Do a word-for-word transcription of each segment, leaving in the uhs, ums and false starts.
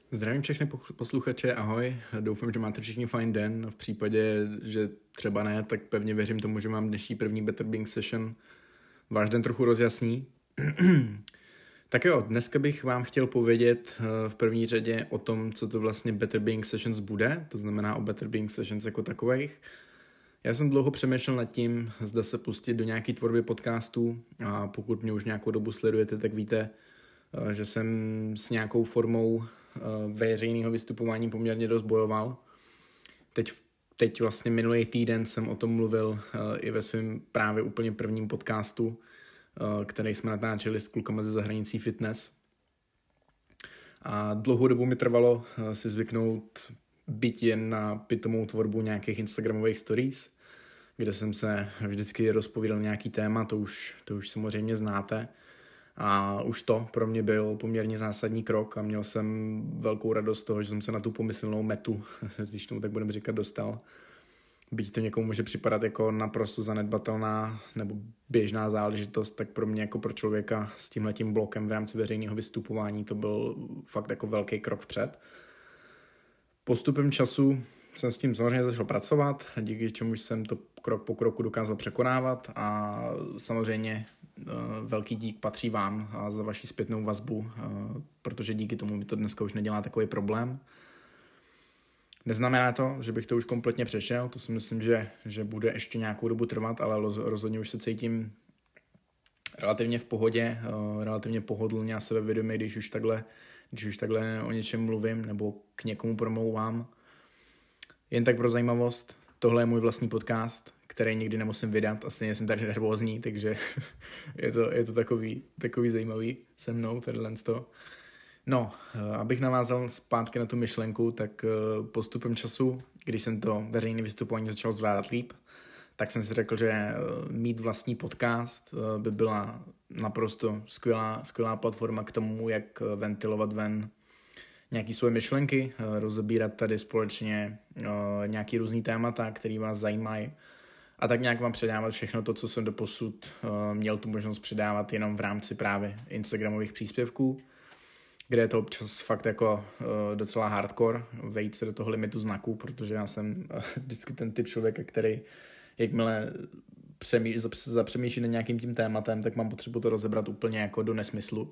Zdravím všechny posluchače, ahoj, doufám, že máte všichni fajn den, v případě, že třeba ne, tak pevně věřím tomu, že mám dnešní první Better Being Session váš den trochu rozjasní. Tak jo, dneska bych vám chtěl povědět v první řadě o tom, co to vlastně Better Being Sessions bude, to znamená o Better Being Sessions jako takových. Já jsem dlouho přemýšlel nad tím, zda se pustit do nějaký tvorby podcastů, a pokud mě už nějakou dobu sledujete, tak víte, že jsem s nějakou formou veřejného vystupování poměrně dost bojoval. Teď, teď vlastně minulý týden jsem o tom mluvil i ve svém právě úplně prvním podcastu, který jsme natáčeli s klukama ze zahraničí fitness. A dlouhou dobu mi trvalo si zvyknout být jen na pitomou tvorbu nějakých instagramových stories, kde jsem se vždycky rozpovídal nějaký téma, to už, to už samozřejmě znáte. A už to pro mě byl poměrně zásadní krok a měl jsem velkou radost z toho, že jsem se na tu pomyslnou metu, když tomu tak budeme říkat, dostal. Byť to někomu může připadat jako naprosto zanedbatelná nebo běžná záležitost, tak pro mě jako pro člověka s tímhletím blokem v rámci veřejného vystupování to byl fakt jako velký krok vpřed. Postupem času jsem s tím samozřejmě začal pracovat, díky čemu jsem to krok po kroku dokázal překonávat a samozřejmě velký dík patří vám a za vaši zpětnou vazbu, protože díky tomu mi to dneska už nedělá takový problém. Neznamená to, že bych to už kompletně přešel, to si myslím, že, že bude ještě nějakou dobu trvat, ale rozhodně už se cítím relativně v pohodě, relativně pohodlně a sebevědomě, když už takhle, když už takhle o něčem mluvím nebo k někomu promlouvám. Jen tak pro zajímavost, tohle je můj vlastní podcast, který nikdy nemusím vydat a stejně jsem tady nervózní, takže je to, je to takový, takový zajímavý se mnou, tadyhle to. No, abych navázal zpátky na tu myšlenku, tak postupem času, když jsem to veřejné vystupování začal zvládat líp, tak jsem si řekl, že mít vlastní podcast by byla naprosto skvělá, skvělá platforma k tomu, jak ventilovat ven nějaké svoje myšlenky, rozebírat tady společně nějaký různý témata, který vás zajímají a tak nějak vám předávat všechno to, co jsem doposud měl tu možnost předávat jenom v rámci právě instagramových příspěvků, kde je to občas fakt jako docela hardcore, vejít se do toho limitu znaků, protože já jsem vždycky ten typ člověka, který jakmile přemý, zapřemýšlí nad nějakým tím tématem, tak mám potřebu to rozebrat úplně jako do nesmyslu.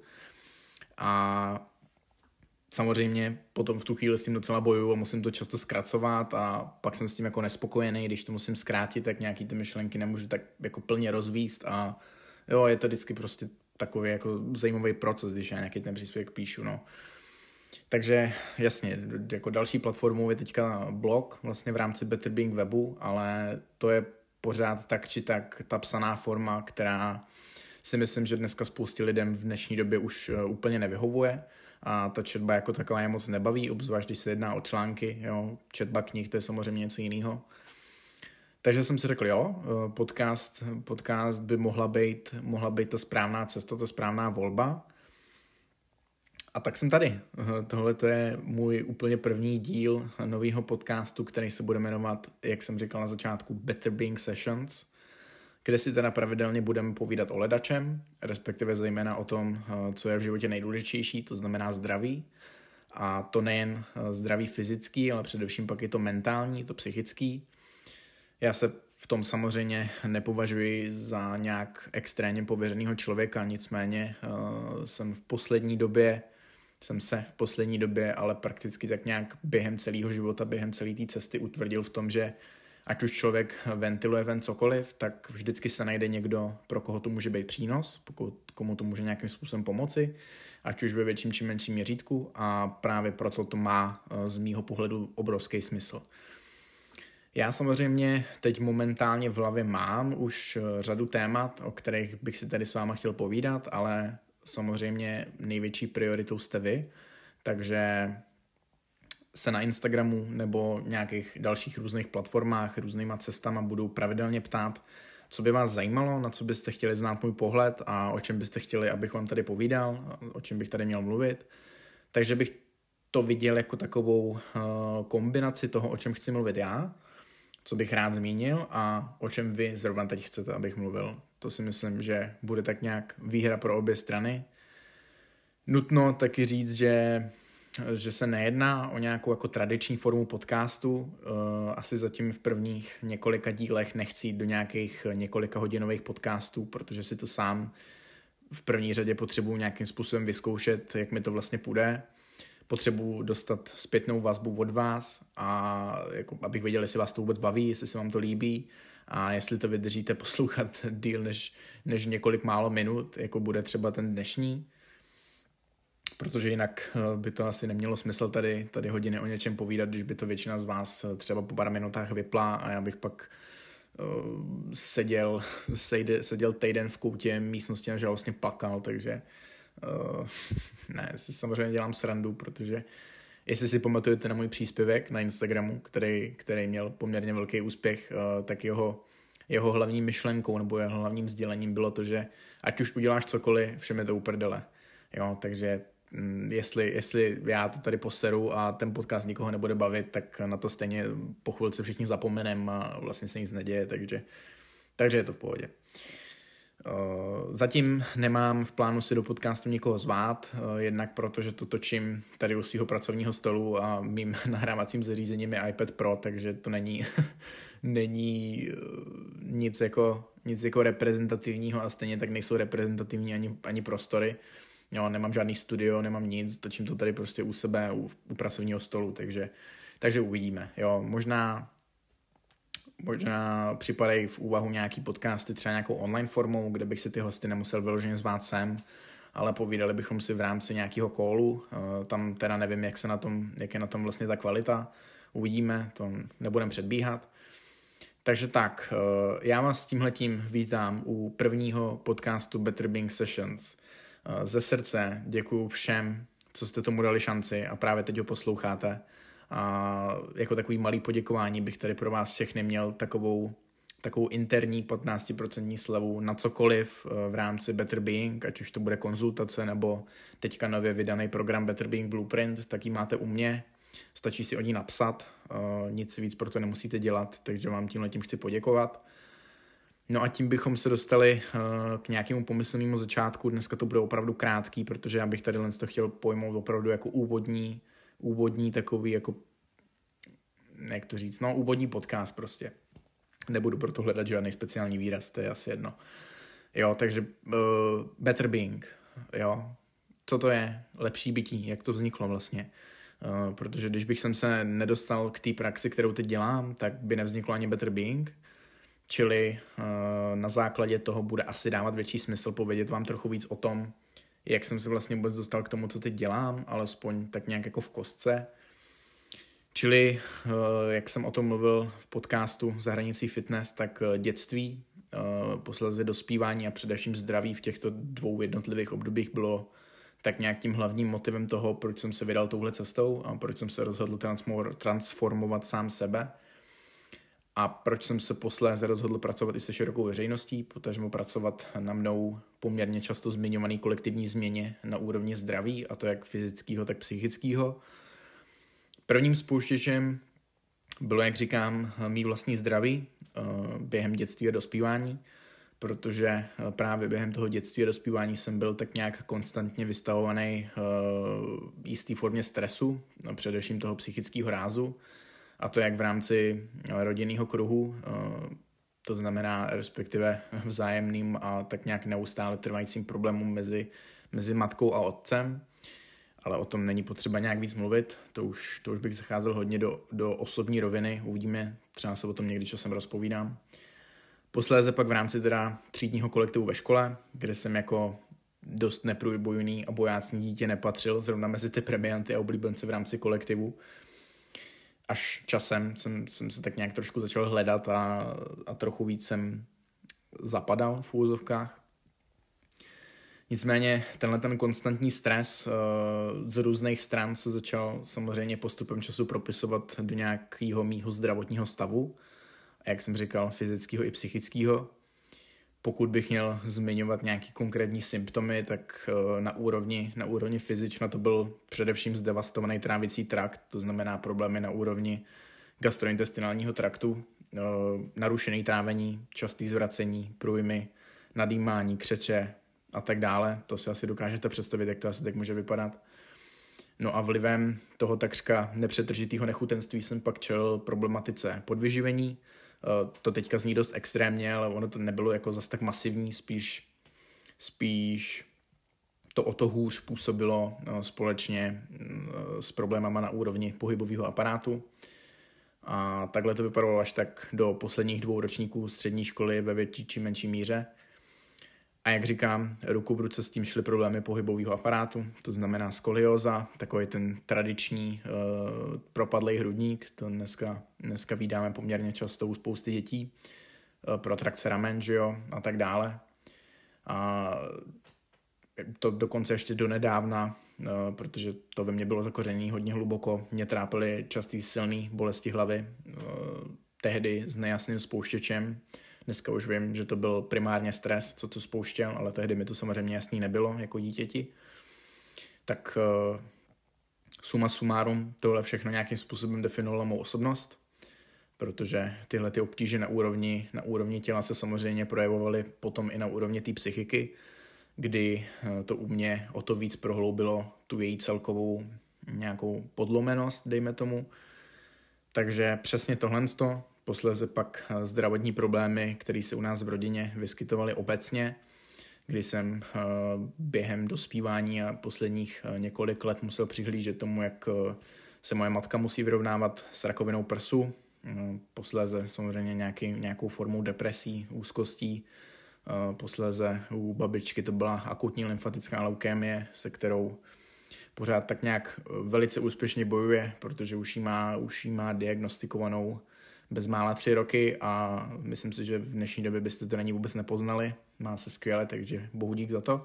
A samozřejmě potom v tu chvíli s tím docela bojuju a musím to často zkracovat a pak jsem s tím jako nespokojený, když to musím zkrátit, tak nějaký ty myšlenky nemůžu tak jako plně rozvíst a jo, je to vždycky prostě takový jako zajímavý proces, když já nějaký ten příspěvek píšu, no. Takže jasně, jako další platformou je teďka blog, vlastně v rámci Better Being webu, ale to je pořád tak či tak ta psaná forma, která si myslím, že dneska spoustě lidem v dnešní době už úplně nevyhovuje a ta četba jako taková je moc nebaví, obzvlášť když se jedná o články, jo, četba knih, to je samozřejmě něco jiného. Takže jsem si řekl, jo, podcast, podcast by mohla být, mohla být ta správná cesta, ta správná volba. A tak jsem tady. Tohle to je můj úplně první díl nového podcastu, který se bude jmenovat, jak jsem říkal na začátku, Better Being Sessions, kde si teda pravidelně budeme povídat o ledačem, respektive zejména o tom, co je v životě nejdůležitější, to znamená zdraví. A to nejen zdraví fyzický, ale především pak je to mentální, to psychický. Já se v tom samozřejmě nepovažuji za nějak extrémně pověřenýho člověka, nicméně uh, jsem v poslední době, jsem se v poslední době, ale prakticky tak nějak během celého života, během celé té cesty utvrdil v tom, že ať už člověk ventiluje ven cokoliv, tak vždycky se najde někdo, pro koho to může být přínos, pokud komu to může nějakým způsobem pomoci, ať už ve větším či menším měřítku a právě proto to má z mýho pohledu obrovský smysl. Já samozřejmě teď momentálně v hlavě mám už řadu témat, o kterých bych si tady s váma chtěl povídat, ale samozřejmě největší prioritou jste vy, takže se na Instagramu nebo nějakých dalších různých platformách, různýma cestama budu pravidelně ptát, co by vás zajímalo, na co byste chtěli znát můj pohled a o čem byste chtěli, abych vám tady povídal, o čem bych tady měl mluvit. Takže bych to viděl jako takovou kombinaci toho, o čem chci mluvit já, co bych rád zmínil a o čem vy zrovna teď chcete, abych mluvil. To si myslím, že bude tak nějak výhra pro obě strany. Nutno taky říct, že že se nejedná o nějakou jako tradiční formu podcastu. Asi zatím v prvních několika dílech nechci jít do nějakých několika hodinových podcastů, protože si to sám v první řadě potřebuji nějakým způsobem vyzkoušet, jak mi to vlastně půjde. Potřebuji dostat zpětnou vazbu od vás a jako, abych věděl, jestli vás to vůbec baví, jestli se vám to líbí a jestli to vydržíte poslouchat díl než, než několik málo minut, jako bude třeba ten dnešní. Protože jinak by to asi nemělo smysl tady, tady hodiny o něčem povídat, když by to většina z vás třeba po pár minutách vypla a já bych pak uh, seděl, sejde, seděl týden v koutě místnosti a žalostně plakal, takže uh, ne, si samozřejmě dělám srandu, protože jestli si pamatujete na můj příspěvek na Instagramu, který, který měl poměrně velký úspěch, uh, tak jeho, jeho hlavní myšlenkou nebo jeho hlavním sdělením bylo to, že ať už uděláš cokoliv, všem je to uprdele. Jo, takže Jestli, jestli já to tady poseru a ten podcast nikoho nebude bavit, tak na to stejně po chvilce všichni zapomenem a vlastně se nic neděje, takže, takže je to v pohodě. Zatím nemám v plánu si do podcastu nikoho zvát, jednak proto, že to točím tady u svého pracovního stolu a mým nahrávacím zařízením je iPad Pro, takže to není, není nic, jako, nic jako reprezentativního a stejně tak nejsou reprezentativní ani, ani prostory. Jo, nemám žádný studio, nemám nic, točím to tady prostě u sebe, u, u pracovního stolu, takže, takže uvidíme. Jo, možná, možná připadají v úvahu nějaký podcasty třeba nějakou online formou, kde bych si ty hosty nemusel vyloženě zvát sem, ale povídali bychom si v rámci nějakého callu. Tam teda nevím, jak, se na tom, jak je na tom vlastně ta kvalita. Uvidíme, to nebudem předbíhat. Takže tak, já vás s tímhletím vítám u prvního podcastu Better Being Sessions. Ze srdce děkuju všem, co jste tomu dali šanci a právě teď ho posloucháte. A jako takový malý poděkování bych tady pro vás všechny měl takovou, takovou interní patnáct procent slevu na cokoliv v rámci Better Being, ať už to bude konzultace nebo teďka nově vydaný program Better Being Blueprint, tak ji máte u mě. Stačí si o ní napsat, nic víc pro to nemusíte dělat, takže vám tímhletím chci poděkovat. No a tím bychom se dostali uh, k nějakému pomyslnému začátku. Dneska to bude opravdu krátký, protože já bych tady len to chtěl pojmout opravdu jako úvodní, úvodní takový jako, jak to říct, no úvodní podcast prostě. Nebudu proto hledat žádný speciální výraz, to je asi jedno. Jo, takže uh, Better Being, jo. Co to je? Lepší bytí, jak to vzniklo vlastně? Uh, protože když bych sem se nedostal k té praxi, kterou teď dělám, tak by nevzniklo ani Better Being. Čili uh, na základě toho bude asi dávat větší smysl povědět vám trochu víc o tom, jak jsem se vlastně vůbec dostal k tomu, co teď dělám, alespoň tak nějak jako v kostce. Čili, uh, jak jsem o tom mluvil v podcastu Za hranicí fitness, tak dětství, uh, posledně dospívání a především zdraví v těchto dvou jednotlivých obdobích bylo tak nějak tím hlavním motivem toho, proč jsem se vydal touhle cestou a proč jsem se rozhodl transformovat sám sebe. A proč jsem se posléze rozhodl pracovat i se širokou veřejností, potažmo pracovat na mnou poměrně často zmiňovaný kolektivní změně na úrovni zdraví, a to jak fyzického, tak psychického. Prvním spouštěčem bylo, jak říkám, mý vlastní zdraví během dětství a dospívání, protože právě během toho dětství a dospívání jsem byl tak nějak konstantně vystavovaný jistý formě stresu, především toho psychického rázu, a to jak v rámci rodinného kruhu, to znamená respektive vzájemným a tak nějak neustále trvajícím problémům mezi, mezi matkou a otcem, ale o tom není potřeba nějak víc mluvit, to už, to už bych zacházel hodně do, do osobní roviny, uvidíme, třeba se o tom někdy časem rozpovídám. Posléze pak v rámci teda třídního kolektivu ve škole, kde jsem jako dost neprůbojný a bojácný dítě nepatřil zrovna mezi ty premianty a oblíbence v rámci kolektivu. Až časem jsem, jsem se tak nějak trošku začal hledat a, a trochu víc jsem zapadal v úvozovkách. Nicméně tenhle ten konstantní stres uh, z různých stran se začal samozřejmě postupem času propisovat do nějakého mýho zdravotního stavu. A jak jsem říkal, fyzického i psychického. Pokud bych měl zmiňovat nějaké konkrétní symptomy, tak uh, na úrovni, na úrovni fyzična to byl především zdevastovaný trávicí trakt, to znamená problémy na úrovni gastrointestinálního traktu, uh, narušený trávení, častý zvracení, průjmy, nadýmání, křeče a tak dále. To si asi dokážete představit, jak to asi tak může vypadat. No a vlivem toho takřka nepřetržitého nechutenství jsem pak čelil problematice podvyživení. To teďka zní dost extrémně, ale ono to nebylo jako zas tak masivní, spíš, spíš to o to hůř působilo společně s problémama na úrovni pohybového aparátu. A takhle to vypadalo až tak do posledních dvou ročníků střední školy ve větší či menší míře. A jak říkám, ruku v ruce s tím šly problémy pohybového aparátu, to znamená skolióza, takový ten tradiční uh, propadlej hrudník, to dneska, dneska vídáme poměrně často u spousty dětí, uh, protrakce ramen, že jo, a tak dále. A to dokonce ještě donedávna, uh, protože to ve mně bylo zakořeněné hodně hluboko, mě trápily častý silný bolesti hlavy, uh, tehdy s nejasným spouštěčem. Dneska už vím, že to byl primárně stres, co to spouštěl, ale tehdy mi to samozřejmě jasný nebylo jako dítěti. Tak uh, suma sumárum, tohle všechno nějakým způsobem definovalo mou osobnost, protože tyhle ty obtíže na úrovni, na úrovni těla se samozřejmě projevovaly potom i na úrovni té psychiky, kdy uh, to u mě o to víc prohloubilo tu její celkovou nějakou podlomenost, dejme tomu. Takže přesně tohle to. Posléze pak zdravotní problémy, které se u nás v rodině vyskytovaly obecně, kdy jsem během dospívání a posledních několik let musel přihlížet tomu, jak se moje matka musí vyrovnávat s rakovinou prsu. Posléze samozřejmě nějaký, nějakou formou depresí, úzkostí. Posléze u babičky to byla akutní lymfatická leukémie, se kterou pořád tak nějak velice úspěšně bojuje, protože už jí má, už jí má diagnostikovanou bezmála tři roky a myslím si, že v dnešní době byste to na ní vůbec nepoznali. Má se skvěle, takže bohu dík za to.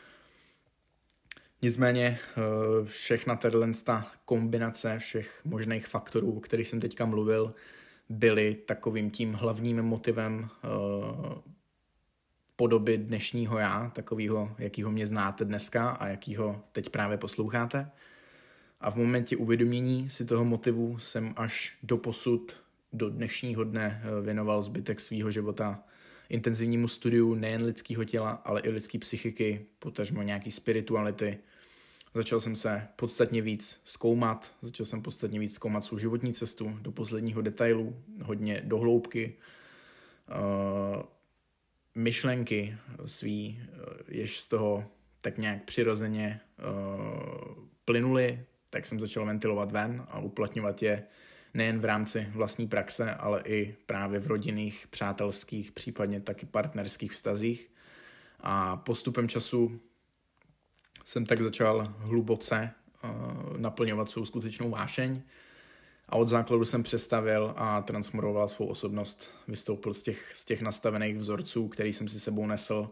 Nicméně všechna tato kombinace všech možných faktorů, o kterých jsem teďka mluvil, byly takovým tím hlavním motivem podoby dnešního já, takového, jakýho mě znáte dneska a jakýho teď právě posloucháte. A v momentě uvědomění si toho motivu jsem až doposud do dnešního dne věnoval zbytek svého života intenzivnímu studiu nejen lidského těla, ale i lidské psychiky, potažmo nějaký spirituality. Začal jsem se podstatně víc zkoumat, začal jsem podstatně víc zkoumat svou životní cestu do posledního detailu, hodně do hloubky. Uh, myšlenky svý, jež z toho tak nějak přirozeně uh, plynuly, tak jsem začal ventilovat ven a uplatňovat je nejen v rámci vlastní praxe, ale i právě v rodinných, přátelských, případně taky partnerských vztazích. A postupem času jsem tak začal hluboce uh, naplňovat svou skutečnou vášeň a od základu jsem přestavil a transformoval svou osobnost. Vystoupil z těch, z těch nastavených vzorců, který jsem si sebou nesl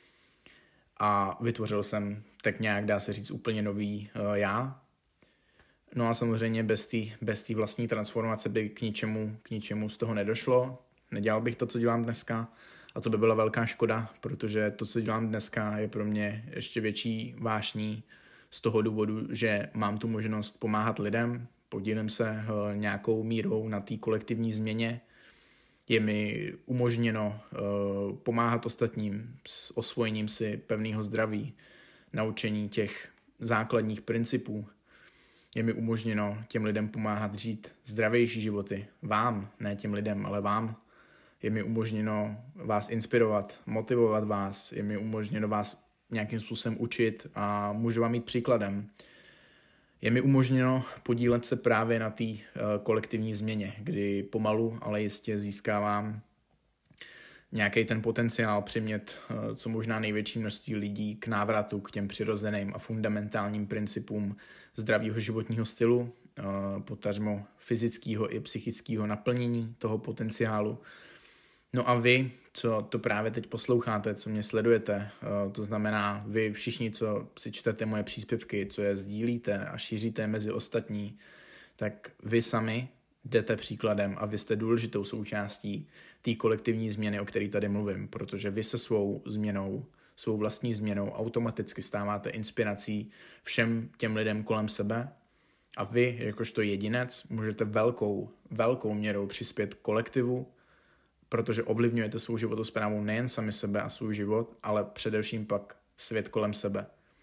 a vytvořil jsem tak nějak, dá se říct, úplně nový uh, já. No a samozřejmě bez té bez té vlastní transformace by k ničemu, k ničemu z toho nedošlo. Nedělal bych to, co dělám dneska a to by byla velká škoda, protože to, co dělám dneska, je pro mě ještě větší vášní z toho důvodu, že mám tu možnost pomáhat lidem, podílím se nějakou mírou na té kolektivní změně. Je mi umožněno pomáhat ostatním s osvojením si pevného zdraví, naučení těch základních principů. Je mi umožněno těm lidem pomáhat žít zdravější životy. Vám, ne těm lidem, ale vám. Je mi umožněno vás inspirovat, motivovat vás. Je mi umožněno vás nějakým způsobem učit a můžu vám jít příkladem. Je mi umožněno podílet se právě na té uh, kolektivní změně, kdy pomalu, ale jistě získávám nějaký ten potenciál přimět uh, co možná největší množství lidí k návratu k těm přirozeným a fundamentálním principům zdravého životního stylu, uh, potažmo fyzického i psychického naplnění toho potenciálu. No a vy, co to právě teď posloucháte, co mě sledujete, uh, to znamená vy všichni, co si čtete moje příspěvky, co je sdílíte a šíříte mezi ostatní, tak vy sami jdete příkladem a vy jste důležitou součástí té kolektivní změny, o které tady mluvím, protože vy se svou změnou, svou vlastní změnou automaticky stáváte inspirací všem těm lidem kolem sebe a vy, jakožto jedinec, můžete velkou, velkou měrou přispět kolektivu, protože ovlivňujete svou životosprávu nejen sami sebe a svůj život, ale především pak svět kolem sebe.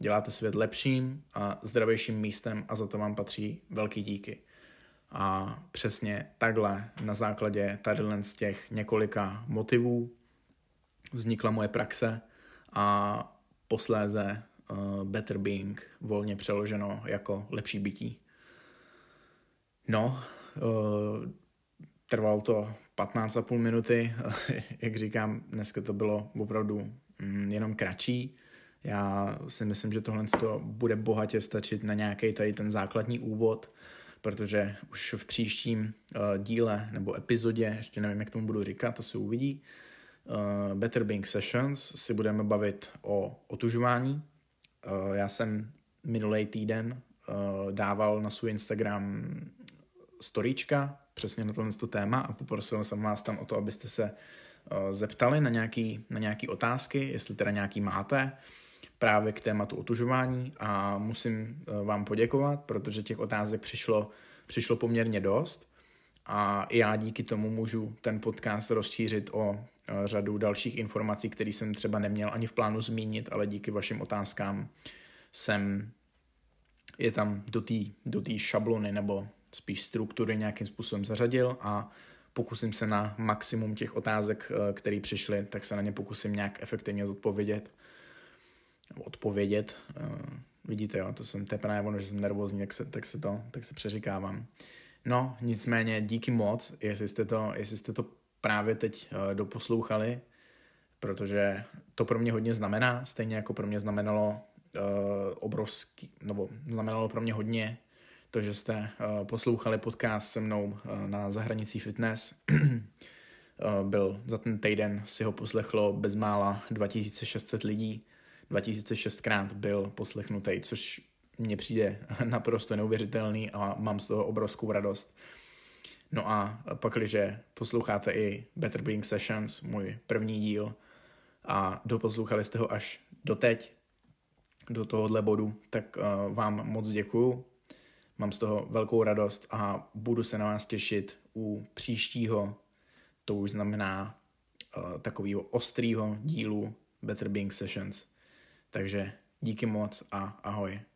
Děláte svět lepším a zdravějším místem a za to vám patří velký díky. A přesně takhle na základě tady z těch několika motivů vznikla moje praxe a posléze uh, Better Being, volně přeloženo jako lepší bytí. No, uh, trvalo to patnáct a půl minuty, jak říkám, dneska to bylo opravdu mm, jenom kratší. Já si myslím, že tohle bude bohatě stačit na nějaký tady ten základní úvod, protože už v příštím uh, díle nebo epizodě, ještě nevím, jak tomu budu říkat, to se uvidí, uh, Better Being Sessions si budeme bavit o otužování. Uh, já jsem minulý týden uh, dával na svůj Instagram storíčka přesně na tohle téma a poprosil jsem vás tam o to, abyste se uh, zeptali na nějaký, na nějaký otázky, jestli teda nějaký máte právě k tématu otužování a musím uh, vám poděkovat, protože těch otázek přišlo, přišlo poměrně dost a i já díky tomu můžu ten podcast rozšířit o uh, řadu dalších informací, které jsem třeba neměl ani v plánu zmínit, ale díky vašim otázkám jsem je tam do té do té šablony nebo spíš struktury nějakým způsobem zařadil a pokusím se na maximum těch otázek, které přišly, tak se na ně pokusím nějak efektivně zodpovědět. Odpovědět. Vidíte, jo, to jsem teprve, ono, že jsem nervózní, tak se, tak se to, tak se přeříkávám. No, nicméně díky moc, jestli jste to, jestli jste to právě teď doposlouchali, protože to pro mě hodně znamená, stejně jako pro mě znamenalo uh, obrovský, nebo znamenalo pro mě hodně to, že jste uh, poslouchali podcast se mnou uh, na Zahranicí fitness. uh, byl za ten týden, si ho poslechlo bezmála dva tisíce šest set lidí, dva tisíce šest krát byl poslechnutý, což mně přijde naprosto neuvěřitelný a mám z toho obrovskou radost. No a pak, když posloucháte i Better Being Sessions, můj první díl, a doposlouchali jste ho až doteď, do tohohle bodu, tak uh, vám moc děkuju. Mám z toho velkou radost a budu se na vás těšit u příštího, to už znamená uh, takového ostrýho dílu Better Being Sessions. Takže díky moc a ahoj.